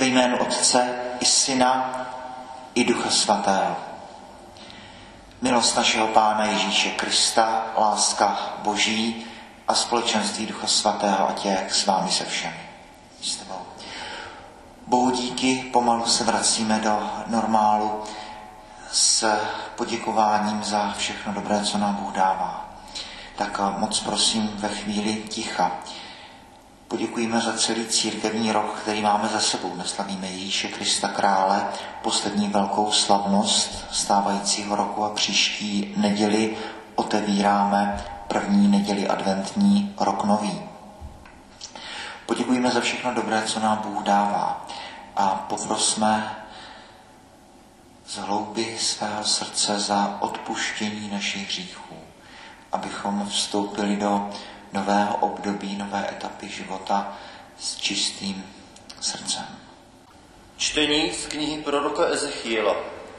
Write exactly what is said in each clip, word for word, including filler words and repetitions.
Ve jménu Otce i Syna i Ducha Svatého. Milost našeho Pána Ježíše Krista, láska Boží a společenství Ducha Svatého, ať je s vámi se všemi. S tebou. Bohu díky, pomalu se vracíme do normálu s poděkováním za všechno dobré, co nám Bůh dává. Tak moc prosím ve chvíli ticha. Poděkujeme za celý církevní rok, který máme za sebou. Dnes slavíme Ježíše Krista Krále, poslední velkou slavnost stávajícího roku, a příští neděli otevíráme první neděli adventní, rok nový. Poděkujeme za všechno dobré, co nám Bůh dává, a poprosme z hloubi svého srdce za odpuštění našich hříchů, abychom vstoupili do nového období, nové etapy života s čistým srdcem. Čtení z knihy proroka Ezechiela.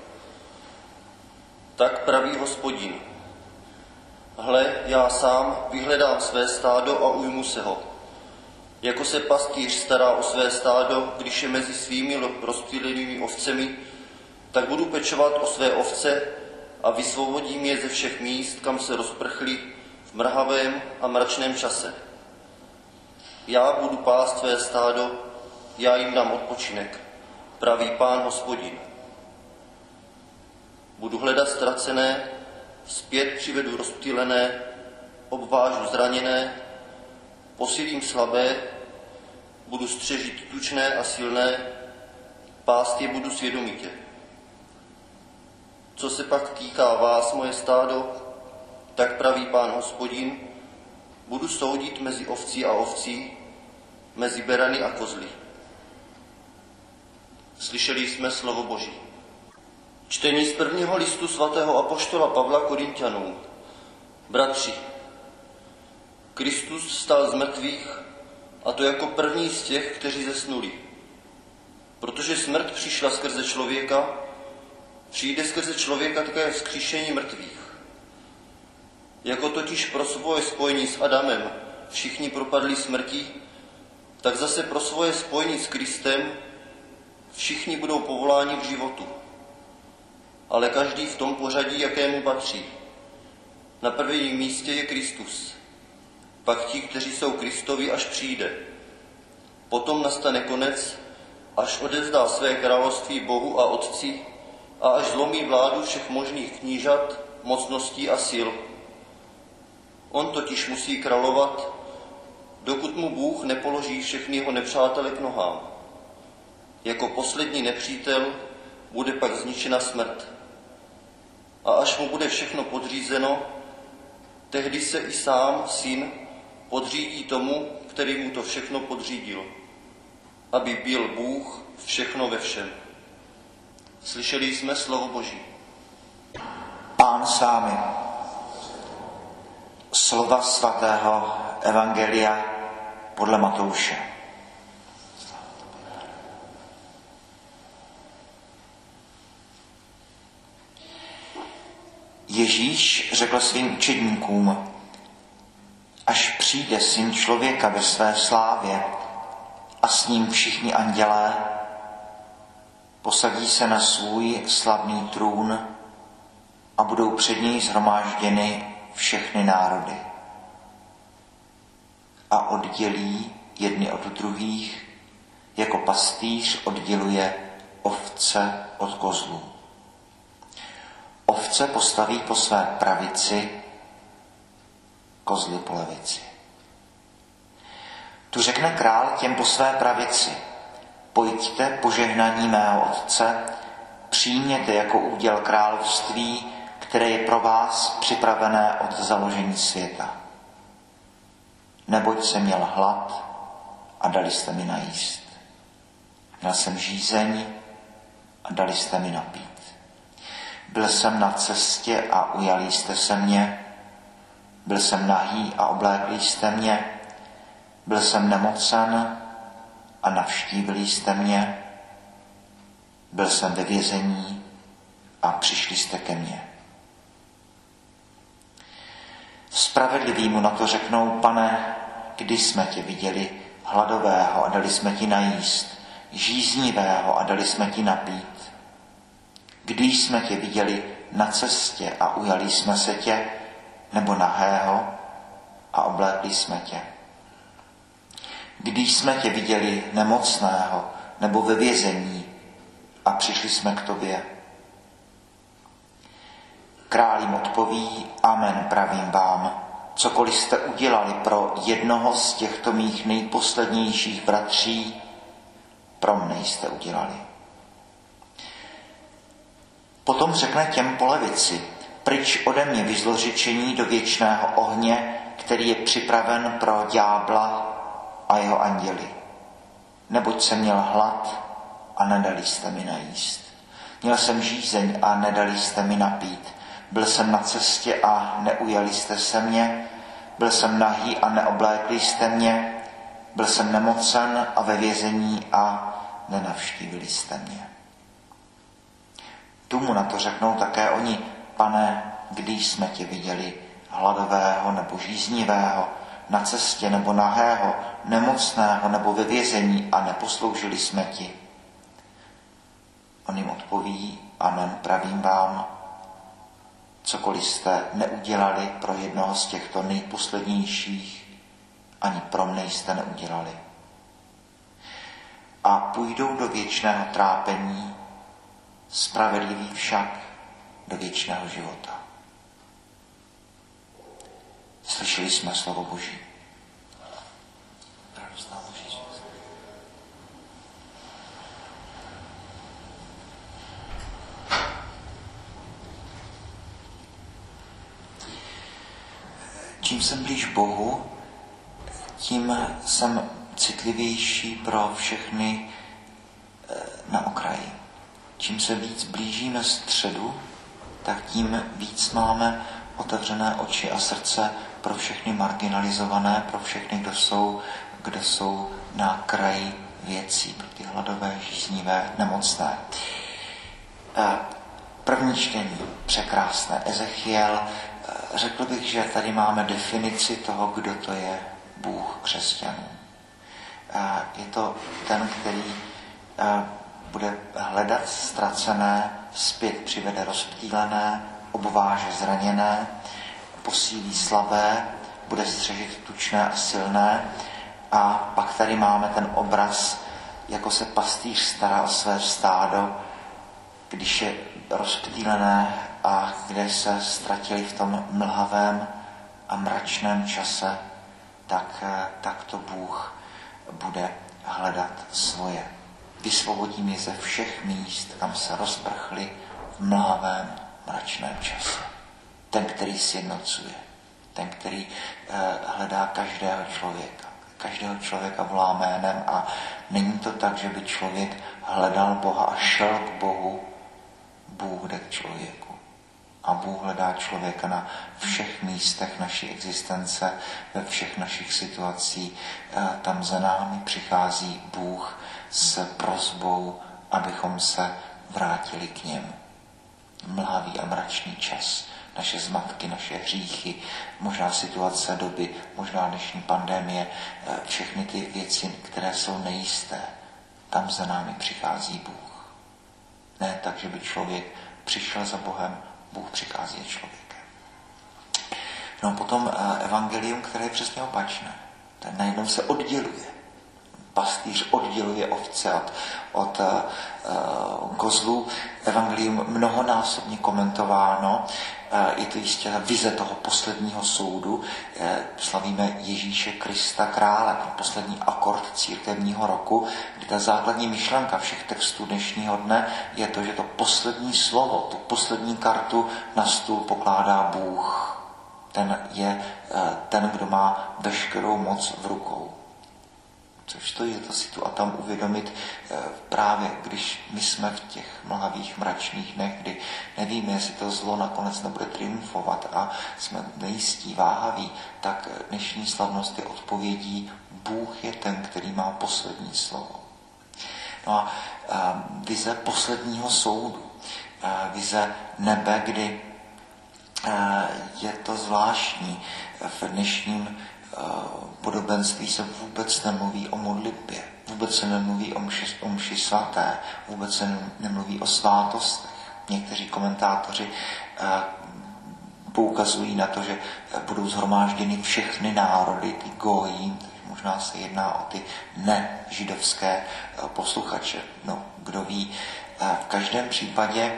Tak praví Hospodin: Hle, já sám vyhledám své stádo a ujmu se ho. Jako se pastýř stará o své stádo, když je mezi svými rozptýlenými ovcemi, tak budu pečovat o své ovce a vysvobodím je ze všech míst, kam se rozprchli v mrhavém a mračném čase. Já budu pást své stádo, já jim dám odpočinek, praví Pán Hospodin. Budu hledat ztracené, zpět přivedu rozptýlené, obvážu zraněné, posílím slabé, budu střežit tučné a silné, pást je budu svědomitě. Co se pak týká vás, moje stádo, tak praví Pán Hospodin, budu soudit mezi ovcí a ovcí, mezi berany a kozly. Slyšeli jsme slovo Boží. Čtení z prvního listu svatého apoštola Pavla Korinťanům. Bratři, Kristus vstal z mrtvých, a to jako první z těch, kteří zesnuli. Protože smrt přišla skrze člověka, přijde skrze člověka také vzkříšení mrtvých. Jako totiž pro svoje spojení s Adamem všichni propadli smrti, tak zase pro svoje spojení s Kristem všichni budou povoláni k životu. Ale každý v tom pořadí, jakému patří. Na prvním místě je Kristus, pak ti, kteří jsou Kristovi, až přijde. Potom nastane konec, až odevzdá své království Bohu a Otci a až zlomí vládu všech možných knížat, mocností a sil. On totiž musí královat, dokud mu Bůh nepoloží všechny jeho nepřátele k nohám. Jako poslední nepřítel bude pak zničena smrt. A až mu bude všechno podřízeno, tehdy se i sám syn podřídí tomu, který mu to všechno podřídil, aby byl Bůh všechno ve všem. Slyšeli jsme slovo Boží. Pán s vámi. Slova svatého evangelia podle Matouše. Ježíš řekl svým učedníkům: Až přijde Syn člověka ve své slávě a s ním všichni andělé, posadí se na svůj slavný trůn a budou před něj shromážděny všechny národy. A oddělí jedny od druhých, jako pastýř odděluje ovce od kozlů. Ovce postaví po své pravici, kozly po levici. Tu řekne král těm po své pravici: Pojďte požehnaní mého Otce, přijměte jako úděl království, které je pro vás připravené od založení světa. Neboť jsem měl hlad a dali jste mi najíst. Měl jsem žízeň a dali jste mi napít. Byl jsem na cestě a ujali jste se mě. Byl jsem nahý a oblékli jste mě. Byl jsem nemocen a navštívili jste mě. Byl jsem ve vězení a přišli jste ke mně. Spravedliví mu na to řeknou: Pane, kdy jsme tě viděli hladového a dali jsme ti najíst, žíznivého a dali jsme ti napít? Když jsme tě viděli na cestě a ujali jsme se tě, nebo nahého a oblékli jsme tě? Když jsme tě viděli nemocného nebo ve vězení a přišli jsme k tobě? Král jim odpoví, amen, pravím vám, cokoliv jste udělali pro jednoho z těchto mých nejposlednějších bratří, pro mne jste udělali. Potom řekne těm po levici, pryč ode mě vy zlořečení do věčného ohně, který je připraven pro ďábla a jeho anděli. Neboť jsem měl hlad a nedali jste mi najíst. Měl jsem žízeň a nedali jste mi napít. Byl jsem na cestě a neujali jste se mě. Byl jsem nahý a neoblékli jste mě. Byl jsem nemocen a ve vězení a nenavštívili jste mě. Tu mu na to řeknou také oni, pane, když jsme tě viděli hladového nebo žíznivého, na cestě nebo nahého, nemocného nebo ve vězení a neposloužili jsme ti. On jim odpoví, amen, pravím vám, cokoliv jste neudělali pro jednoho z těchto nejposlednějších, ani pro mne jste neudělali. A půjdou do věčného trápení, spravedliví však do věčného života. Slyšeli jsme slovo Boží. Čím jsem blíž Bohu, tím jsem citlivější pro všechny na okraji. Čím se víc blížíme středu, tak tím víc máme otevřené oči a srdce pro všechny marginalizované, pro všechny, kdo jsou, kdo jsou na kraji věcí, pro ty hladové, žíznivé, nemocné. První čtení, překrásné. Ezechiel, řekl bych, že tady máme definici toho, kdo to je Bůh křesťanů. Je to ten, který bude hledat ztracené, zpět přivede rozptýlené, obváže zraněné, posílí slabé, bude střežit tučné a silné. A pak tady máme ten obraz, jako se pastýř stará o své stádo, když je rozptýlené a kde se ztratili v tom mlhavém a mračném čase, tak, tak to Bůh bude hledat svoje. Vysvobodím je ze všech míst, kam se rozprchli v mlhavém mračném čase. Ten, který sjednocuje, ten, který eh, hledá každého člověka. Každého člověka volá jménem a není to tak, že by člověk hledal Boha a šel k Bohu. Bůh jde k člověku. A Bůh hledá člověka na všech místech naší existence, ve všech našich situacích. Tam za námi přichází Bůh s prosbou, abychom se vrátili k němu. Mlhavý a mračný čas, naše zmatky, naše hříchy, možná situace doby, možná dnešní pandemie, všechny ty věci, které jsou nejisté, tam za námi přichází Bůh. Ne tak, že by člověk přišel za Bohem, Bůh přichází za člověkem. No a potom evangelium, které je přesně opačné. Ten najednou se odděluje. Pastýř odděluje ovce od, od uh, kozlů. Evangelium mnohonásobně komentováno. Uh, je to jistě vize toho posledního soudu. Uh, slavíme Ježíše Krista krále, poslední akord církevního roku, kdy ta základní myšlenka všech textů dnešního dne je to, že to poslední slovo, tu poslední kartu na stůl pokládá Bůh. Ten je uh, ten, kdo má veškerou moc v rukou. Což to je to si tu a tam uvědomit právě, když my jsme v těch mlhavých mračných dnech, kdy nevíme, jestli to zlo nakonec nebude triumfovat a jsme nejistí, váhaví, tak dnešní slavnost je odpovědí, Bůh je ten, který má poslední slovo. No a, a vize posledního soudu, a vize nebe, kdy a, je to zvláštní v dnešním podobenství se vůbec nemluví o modlitbě, vůbec se nemluví o mši, o mši svaté, vůbec se nemluví o svátostech. Někteří komentátoři poukazují na to, že budou shromážděny všechny národy, ty gojím, takže možná se jedná o ty nežidovské posluchače. No, kdo ví. V každém případě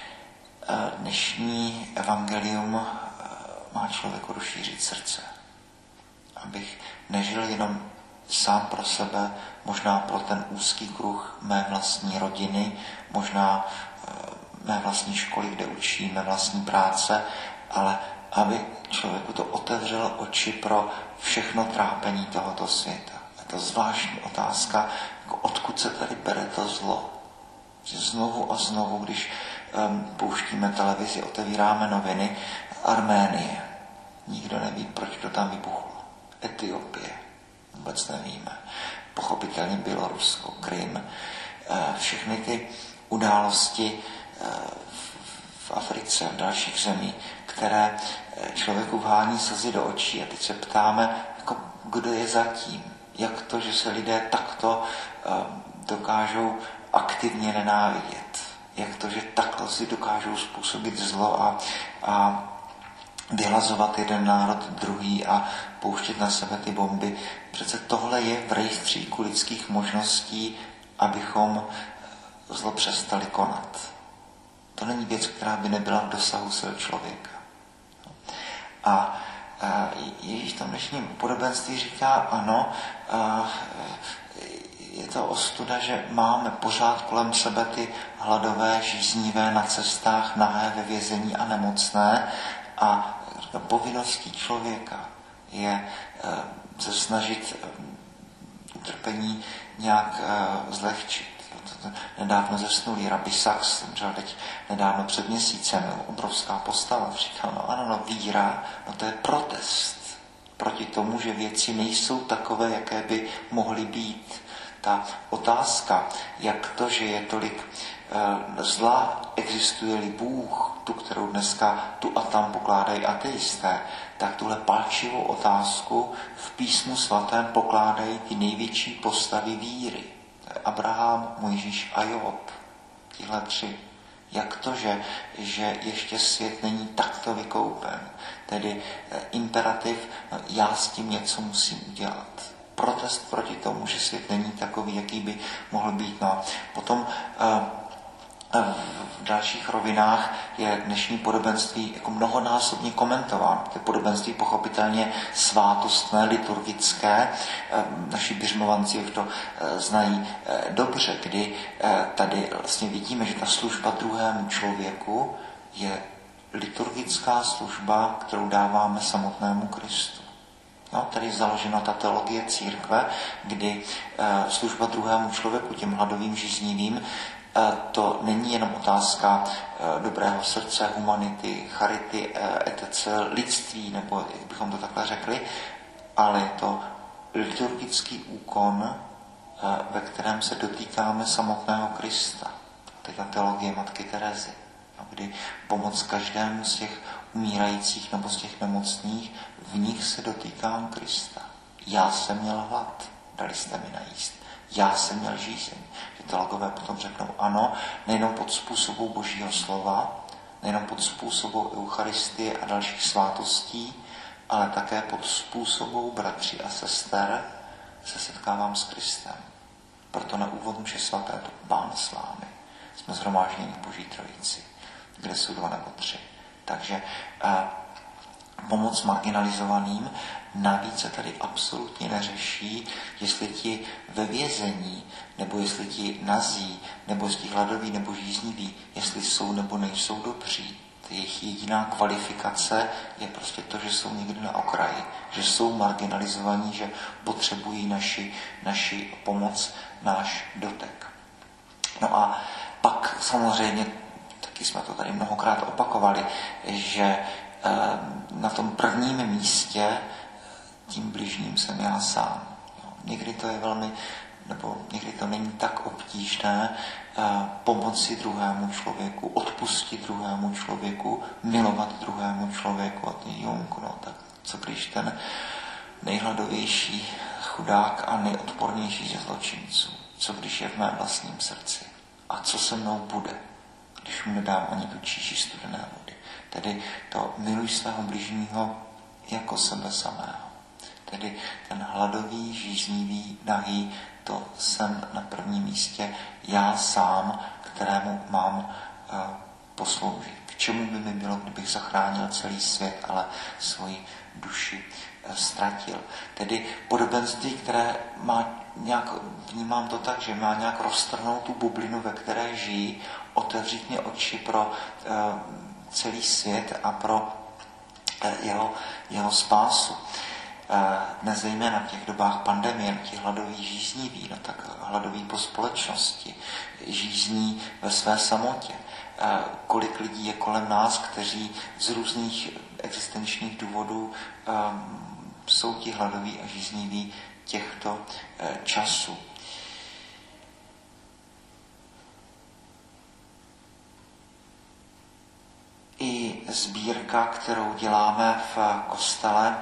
dnešní evangelium má člověku rozšířit srdce. Abych nežil jenom sám pro sebe, možná pro ten úzký kruh mé vlastní rodiny, možná mé vlastní školy, kde učí, mé vlastní práce, ale aby člověku to otevřelo oči pro všechno trápení tohoto světa. Je to zvláštní otázka, jako odkud se tady bere to zlo. Že znovu a znovu, když um, pouštíme televizi, otevíráme noviny, Arménie. Nikdo neví, proč to tam vybuchlo. Etiopie. Vůbec nevíme. Pochopitelně Bělorusko, Krym. Všechny ty události v Africe, v dalších zemích, které člověku vhání slzy do očí. A teď se ptáme, jako, kdo je zatím. Jak to, že se lidé takto dokážou aktivně nenávidět. Jak to, že takhle si dokážou způsobit zlo a, a vyhlazovat jeden národ druhý a pouštět na sebe ty bomby. Přece tohle je v rejstříku lidských možností, abychom zlo přestali konat. To není věc, která by nebyla v dosahu sil člověka. A Ježíš v tom dnešním podobenství říká, ano, je to ostuda, že máme pořád kolem sebe ty hladové, žíznivé na cestách, nahé ve vězení a nemocné. A povinností člověka je se snažit utrpení nějak zlehčit. Nedávno zesnulý rabbi Sachs, zemřel teď nedávno před měsícem, obrovská postava, říkal, no ano, no víra, no to je protest proti tomu, že věci nejsou takové, jaké by mohly být. Ta otázka, jak to, že je tolik e, zla, existuje-li Bůh, tu, kterou dneska tu a tam pokládají ateisté, tak tuhle palčivou otázku v písmu svatém pokládají ty největší postavy víry. Abraham, Mojžíš a Job. Tihle tři. Jak to, že, že ještě svět není takto vykoupen? Tedy e, imperativ, no, já s tím něco musím udělat. Protest proti tomu, že svět není takový, jaký by mohl být. No. Potom v dalších rovinách je dnešní podobenství jako mnohonásobně komentován. To podobenství pochopitelně svátostné, liturgické. Naši běžmovanci už to znají dobře, kdy tady vlastně vidíme, že ta služba druhému člověku je liturgická služba, kterou dáváme samotnému Kristu. No, tady je založena ta teologie církve, kdy e, služba druhému člověku, těm hladovým, žíznivým, e, to není jenom otázka e, dobrého srdce, humanity, charity, e, et cetera, lidství, nebo jak bychom to takhle řekli, ale je to liturgický úkon, e, ve kterém se dotýkáme samotného Krista. To je ta teologie Matky Terezy, no, kdy pomoc každému z těch umírajících nebo z těch nemocných, v nich se dotýkám Krista. Já jsem měl hlad, dali jste mi najíst. Já jsem měl žízeň. Že teologové potom řeknou, ano, nejenom pod způsobou Božího slova, nejenom pod způsobou Eucharistie a dalších svátostí, ale také pod způsobou bratří a sester se setkávám s Kristem. Proto na úvod mše svaté to Pán s vámi. Jsme shromážděni v Boží trojici, kde jsou dva nebo tři. Takže eh, pomoc marginalizovaným navíc se tady absolutně neřeší, jestli ti ve vězení, nebo jestli ti nazí, nebo jestli hladoví, nebo žízniví, jestli jsou nebo nejsou dobří. Jejich jediná kvalifikace je prostě to, že jsou někde na okraji, že jsou marginalizovaní, že potřebují naši, naši pomoc, náš dotek. No a pak samozřejmě, taky jsme to tady mnohokrát opakovali, že na tom prvním místě tím bližním jsem já sám. Někdy to je velmi, nebo někdy to není tak obtížné pomoci druhému člověku, odpustit druhému člověku, milovat druhému člověku. A ty Jung, no tak co když ten nejhladovější chudák a nejodpornější ze zločinců. Co když je v mém vlastním srdci? A co se mnou bude, když mu nedám ani tu číši studené vody? Tedy to miluj svého bližního jako sebe samého. Tedy ten hladový, žíznivý, nahý, to jsem na prvním místě já sám, kterému mám uh, posloužit. K čemu by mi bylo, kdybych zachránil celý svět, ale svoji duši uh, ztratil. Tedy podobenství, které má nějak, vnímám to tak, že má nějak roztrhnout tu bublinu, ve které žijí, otevřít mě oči pro uh, celý svět a pro uh, jeho, jeho spásu. Dnes zejména v těch dobách pandemie, ti hladoví žízniví, no tak hladoví po společnosti, žízní ve své samotě. Kolik lidí je kolem nás, kteří z různých existenčních důvodů um, jsou ti hladoví a žízniví těchto uh, časů. I sbírka, kterou děláme v kostele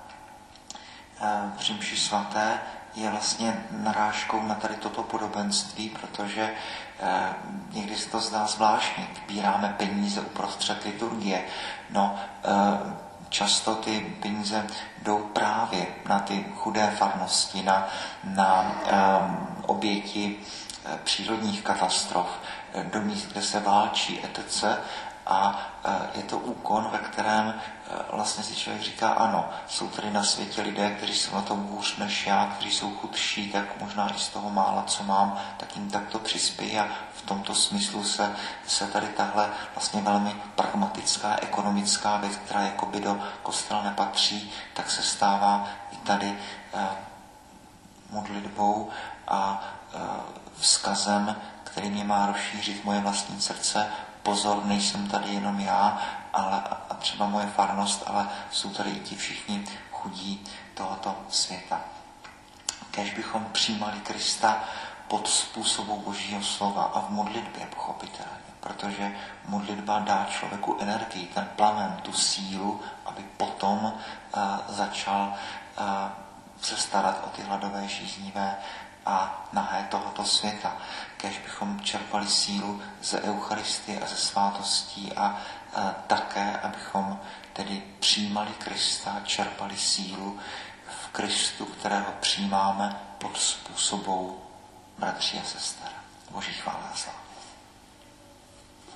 při mši svaté, je vlastně narážkou na tady toto podobenství, protože eh, někdy se to zdá zvláštní. Vybíráme peníze uprostřed liturgie. No, eh, často ty peníze jdou právě na ty chudé farnosti, na, na eh, oběti eh, přírodních katastrof, eh, do míst, kde se válčí, et cetera. A je to úkon, ve kterém vlastně si člověk říká, ano, jsou tady na světě lidé, kteří jsou na tom hůř než já, kteří jsou chudší, tak možná i z toho mála, co mám, tak jim takto přispějí. A v tomto smyslu se, se tady tahle vlastně velmi pragmatická, ekonomická věc, která jakoby do kostela nepatří, tak se stává i tady eh, modlitbou a eh, vzkazem, který mě má rozšířit moje vlastní srdce. Pozor, nejsem tady jenom já, ale a třeba moje farnost, ale jsou tady i ti všichni chudí tohoto světa. Kéž bychom přijímali Krista pod způsobou Božího slova a v modlitbě pochopitelně, protože modlitba dá člověku energii, ten plamen, tu sílu, aby potom uh, začal uh, se starat o ty hladové, žíznivé a nahé tohoto světa. Kéž bychom čerpali sílu ze Eucharistie a ze svátostí a, a také, abychom tedy přijímali Krista, čerpali sílu v Kristu, kterého přijímáme pod způsobou bratří a sester. Boží chvála a sláva.